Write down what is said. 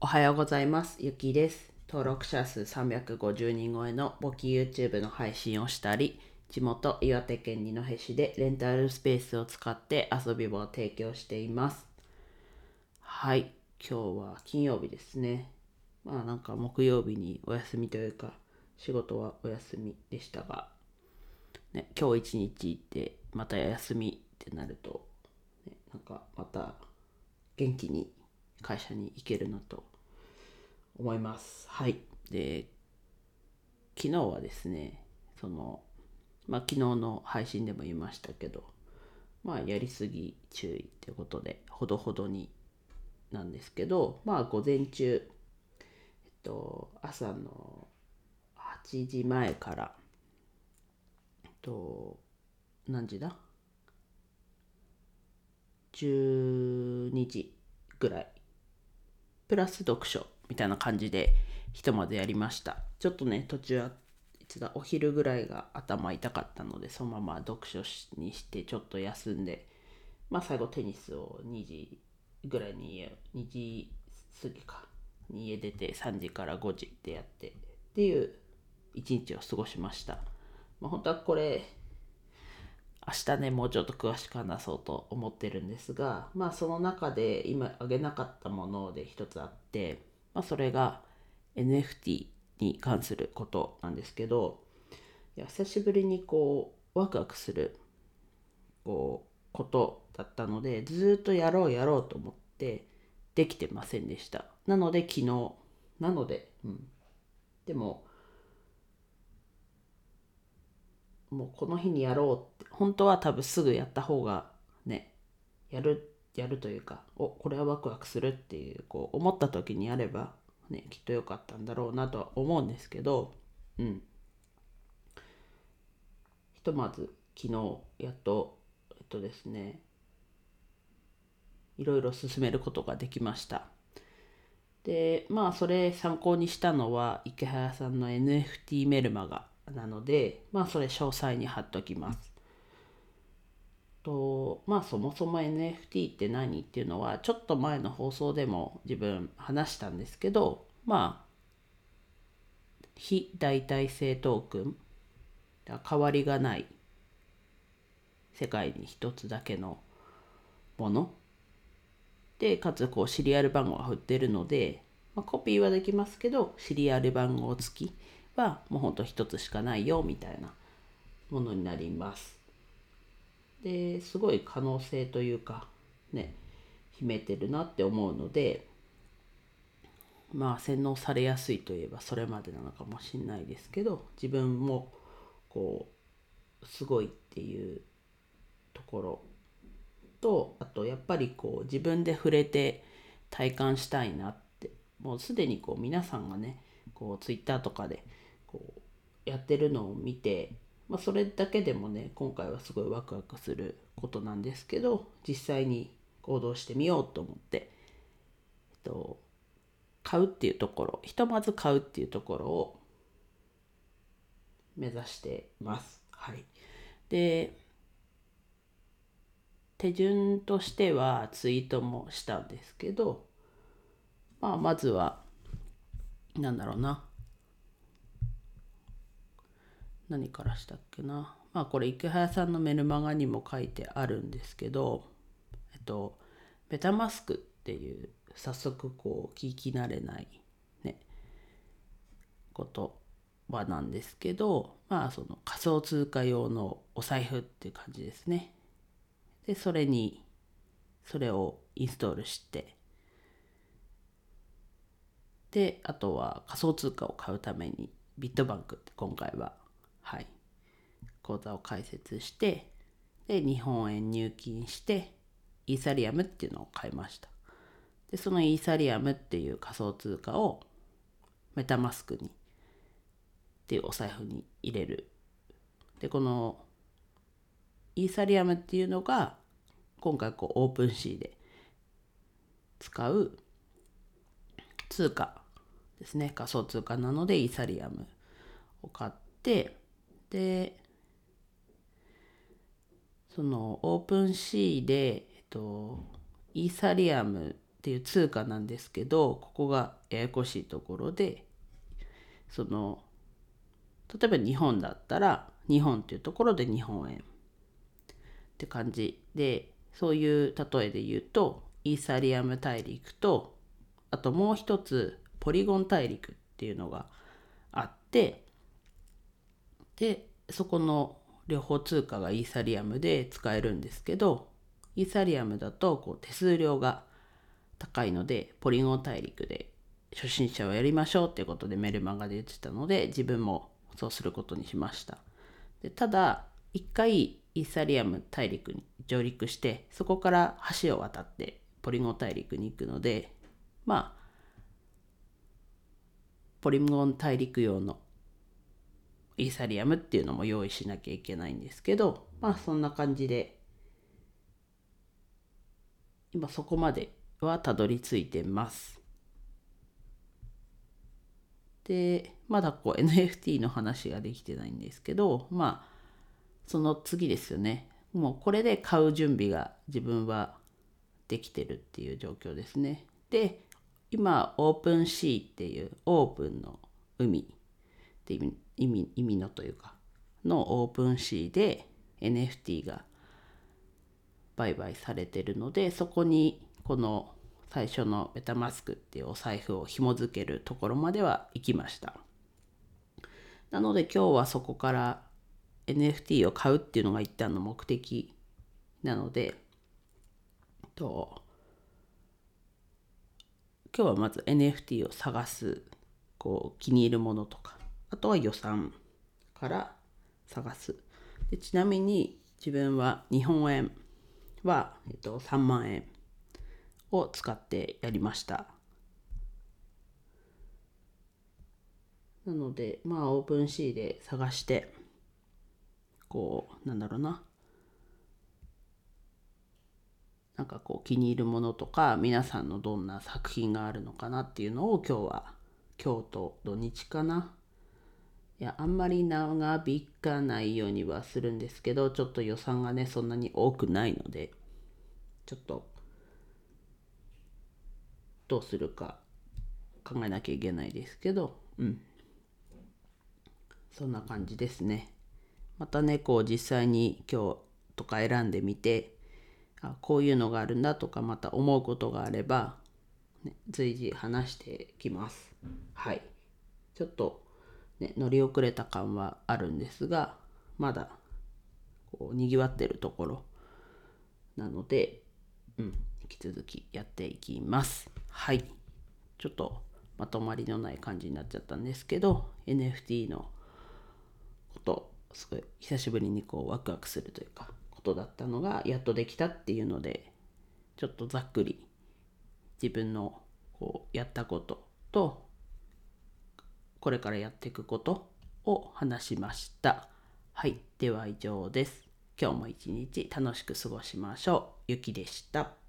おはようございます。ゆきです。登録者数350人超えの簿記 YouTube の配信をしたり、地元岩手県二戸市でレンタルスペースを使って遊び場を提供しています。はい、今日は金曜日ですね。なんか木曜日にお休みというか、仕事はお休みでしたが、今日一日行ってまた休みってなると、なんかまた元気に会社に行けるなと思います。はい。で、昨日はですね、昨日の配信でも言いましたけど、やりすぎ注意ってことで、ほどほどになんですけど、午前中、朝の8時前から、何時だ ?12 時ぐらい、プラス読書みたいな感じで、ひとまずやりました。ちょっとね、途中お昼ぐらいが頭痛かったので、そのまま読書にしてちょっと休んで、最後テニスを2時ぐらいに2時過ぎかに家出て、3時から5時でやってっていう一日を過ごしました。本当はこれ明日ね、もうちょっと詳しく話そうと思ってるんですが、その中で今挙げなかったもので一つあって、それが NFT に関することなんですけど、久しぶりにワクワクすることだったので、ずっとやろうやろうと思ってできてませんでした。なので昨日、なので、でももうこの日にやろうって、本当は多分すぐやった方がね、やるというか、これはワクワクするっていう、思った時にやればね、きっと良かったんだろうなとは思うんですけど、ひとまず昨日やっとですね、いろいろ進めることができました。で、それ参考にしたのは池早さんの NFT メルマガなので、それ詳細に貼っときます。そもそも NFT って何っていうのは、ちょっと前の放送でも自分話したんですけど、非代替性トークン、変わりがない世界に一つだけのもので、かつシリアル番号が振ってるので、コピーはできますけど、シリアル番号付きはもうほんと一つしかないよみたいなものになります。ですごい可能性というかね、秘めてるなって思うので、洗脳されやすいといえばそれまでなのかもしれないですけど、自分もすごいっていうところと、あとやっぱり自分で触れて体感したいなって、もうすでに皆さんがね、ツイッターとかでやってるのを見て、それだけでもね、今回はすごいワクワクすることなんですけど、実際に行動してみようと思って、買うっていうところ、ひとまず買うっていうところを目指してます。はい。で、手順としてはツイートもしたんですけど、まずは、なんだろうな。何からしたっけな。これ、池早さんのメルマガにも書いてあるんですけど、メタマスクっていう、早速聞き慣れないね、言葉なんですけど、その仮想通貨用のお財布っていう感じですね。で、それをインストールして、で、あとは仮想通貨を買うためにビットバンクって今回は、はい、口座を開設して、で、日本円入金して、イーサリアムっていうのを買いました。で、そのイーサリアムっていう仮想通貨をメタマスクにっていうお財布に入れる。で、このイーサリアムっていうのが今回オープンシーで使う通貨ですね。仮想通貨なのでイーサリアムを買って、で、そのオープンシーで、イーサリアムっていう通貨なんですけど、ここがややこしいところで、例えば日本だったら日本っていうところで日本円って感じで、そういう例えで言うとイーサリアム大陸と、あともう一つポリゴン大陸っていうのがあって、でそこの両方通貨がイーサリアムで使えるんですけど、イーサリアムだと手数料が高いので、ポリゴン大陸で初心者はやりましょうっていうことでメルマガで言ってたので、自分もそうすることにしました。でただ一回イーサリアム大陸に上陸して、そこから橋を渡ってポリゴン大陸に行くので、ポリゴン大陸用のイーサリアムっていうのも用意しなきゃいけないんですけど、そんな感じで今そこまではたどり着いてます。でまだNFT の話ができてないんですけど、その次ですよね。もうこれで買う準備が自分はできてるっていう状況ですね。で今オープンシーっていうオープンの海って意味のというかのオープンシーで NFT が売買されてるので、そこにこの最初のメタマスクっていうお財布を紐付けるところまでは行きました。なので今日はそこから NFT を買うっていうのが一旦の目的なので、今日はまず NFT を探す、気に入るものとか、あとは予算から探す。でちなみに自分は日本円は、3万円を使ってやりました。なのでオープンシーで探して、気に入るものとか、皆さんのどんな作品があるのかなっていうのを今日と土日かな。あんまり長引かないようにはするんですけど、ちょっと予算がねそんなに多くないので、ちょっとどうするか考えなきゃいけないですけど、そんな感じですね。またね実際に今日とか選んでみて、こういうのがあるんだとか、また思うことがあれば、随時話してきます。はい。ちょっと乗り遅れた感はあるんですが、まだにぎわってるところなので、引き続きやっていきます。はい。ちょっとまとまりのない感じになっちゃったんですけど、 NFT のことすごい久しぶりにワクワクするというかことだったのがやっとできたっていうので、ちょっとざっくり自分のやったこととこれからやっていくことを話しました。はい、では以上です。今日も一日楽しく過ごしましょう。ゆきでした。